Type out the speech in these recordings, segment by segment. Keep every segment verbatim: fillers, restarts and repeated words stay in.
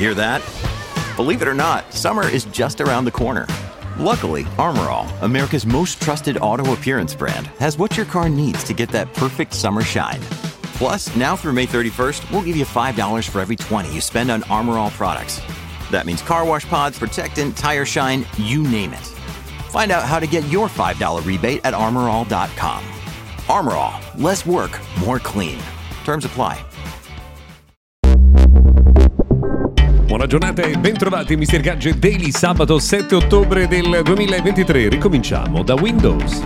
Hear that? Believe it or not, summer is just around the corner. Luckily, Armor All, America's most trusted auto appearance brand, has what your car needs to get that perfect summer shine. Plus, now through May thirty-first, we'll give you five dollars for every twenty you spend on Armor All products. That means car wash pods, protectant, tire shine, you name it. Find out how to get your five dollars rebate at armor all dot com. Armor All, less work, more clean. Terms apply. Buona giornata e bentrovati mister Gadget Daily, sabato sette ottobre del duemilaventitré. Ricominciamo da Windows.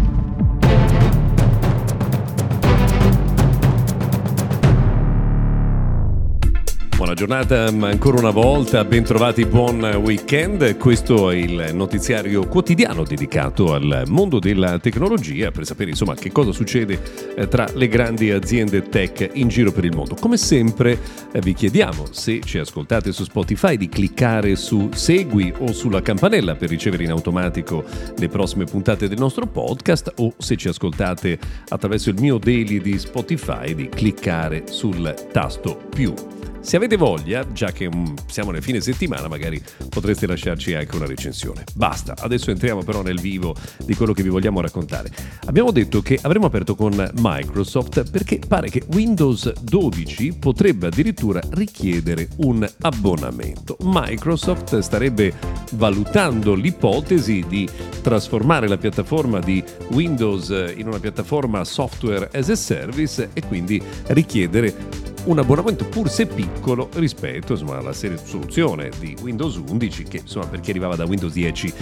Buona giornata ancora una volta, bentrovati, buon weekend. Questo è il notiziario quotidiano dedicato al mondo della tecnologia per sapere insomma che cosa succede tra le grandi aziende tech in giro per il mondo. Come sempre vi chiediamo, se ci ascoltate su Spotify, di cliccare su segui o sulla campanella per ricevere in automatico le prossime puntate del nostro podcast, o se ci ascoltate attraverso il mio daily di Spotify di cliccare sul tasto più. Se avete voglia, già che um, siamo nel fine settimana, magari potreste lasciarci anche una recensione. Basta, adesso entriamo però nel vivo di quello che vi vogliamo raccontare. Abbiamo detto che avremmo aperto con Microsoft perché pare che Windows dodici potrebbe addirittura richiedere un abbonamento. Microsoft starebbe valutando l'ipotesi di trasformare la piattaforma di Windows in una piattaforma software as a service e quindi richiedere un abbonamento pur se piccolo rispetto insomma, alla serie soluzione di Windows undici che insomma per chi arrivava da Windows dieci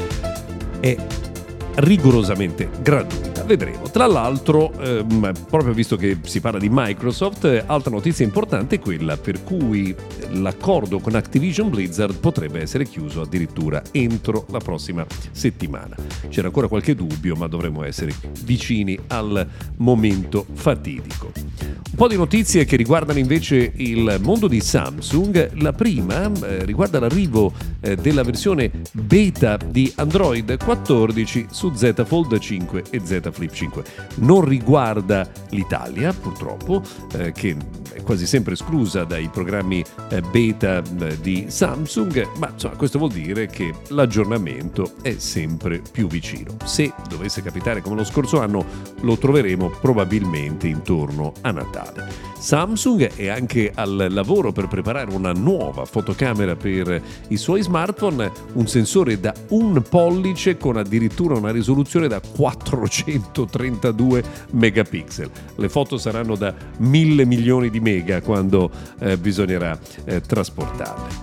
è rigorosamente gratuita. Vedremo. Tra l'altro, ehm, proprio visto che si parla di Microsoft, eh, altra notizia importante è quella per cui l'accordo con Activision Blizzard potrebbe essere chiuso addirittura entro la prossima settimana. C'era ancora qualche dubbio, ma dovremmo essere vicini al momento fatidico. Un po' di notizie che riguardano invece il mondo di Samsung. La prima eh, riguarda l'arrivo eh, della versione beta di Android quattordici su Z Fold cinque e Z Flip cinque. Non riguarda l'Italia, purtroppo, eh, che è quasi sempre esclusa dai programmi eh, beta eh, di Samsung, ma insomma, questo vuol dire che l'aggiornamento è sempre più vicino. Se dovesse capitare come lo scorso anno, lo troveremo probabilmente intorno a Natale. Samsung è anche al lavoro per preparare una nuova fotocamera per i suoi smartphone, un sensore da un pollice con addirittura una risoluzione da quattrocentotrentadue megapixel. Le foto saranno da mille milioni di mega quando eh, bisognerà eh, trasportarle.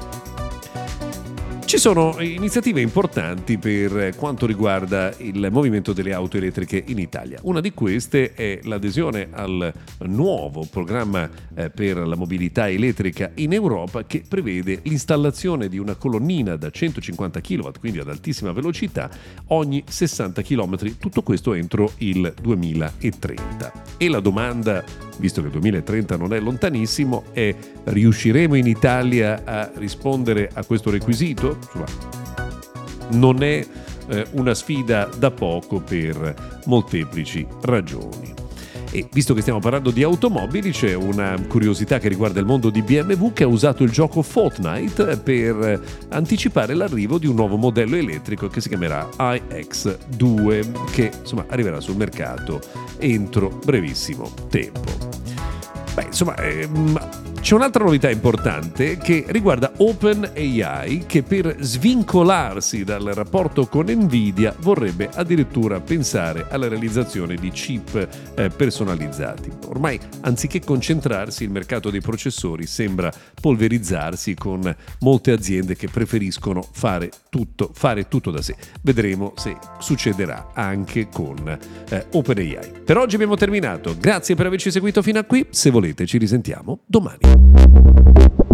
Ci sono iniziative importanti per quanto riguarda il movimento delle auto elettriche in Italia. Una di queste è l'adesione al nuovo programma per la mobilità elettrica in Europa, che prevede l'installazione di una colonnina da centocinquanta chilowatt, quindi ad altissima velocità, ogni sessanta chilometri, tutto questo entro il duemilatrenta. E la domanda, visto che il duemilatrenta non è lontanissimo, è: riusciremo in Italia a rispondere a questo requisito? Insomma, non è eh, una sfida da poco per molteplici ragioni. E visto che stiamo parlando di automobili, c'è una curiosità che riguarda il mondo di B M W, che ha usato il gioco Fortnite per anticipare l'arrivo di un nuovo modello elettrico che si chiamerà i X due, che insomma arriverà sul mercato entro brevissimo tempo. Beh, insomma, ehm, c'è un'altra novità importante che riguarda OpenAI, che per svincolarsi dal rapporto con Nvidia vorrebbe addirittura pensare alla realizzazione di chip eh, personalizzati. Ormai, anziché concentrarsi, il mercato dei processori sembra polverizzarsi con molte aziende che preferiscono fare tutto, fare tutto da sé. Vedremo se succederà anche con eh, OpenAI. Per oggi abbiamo terminato. Grazie per averci seguito fino a qui. Se volete ci risentiamo domani.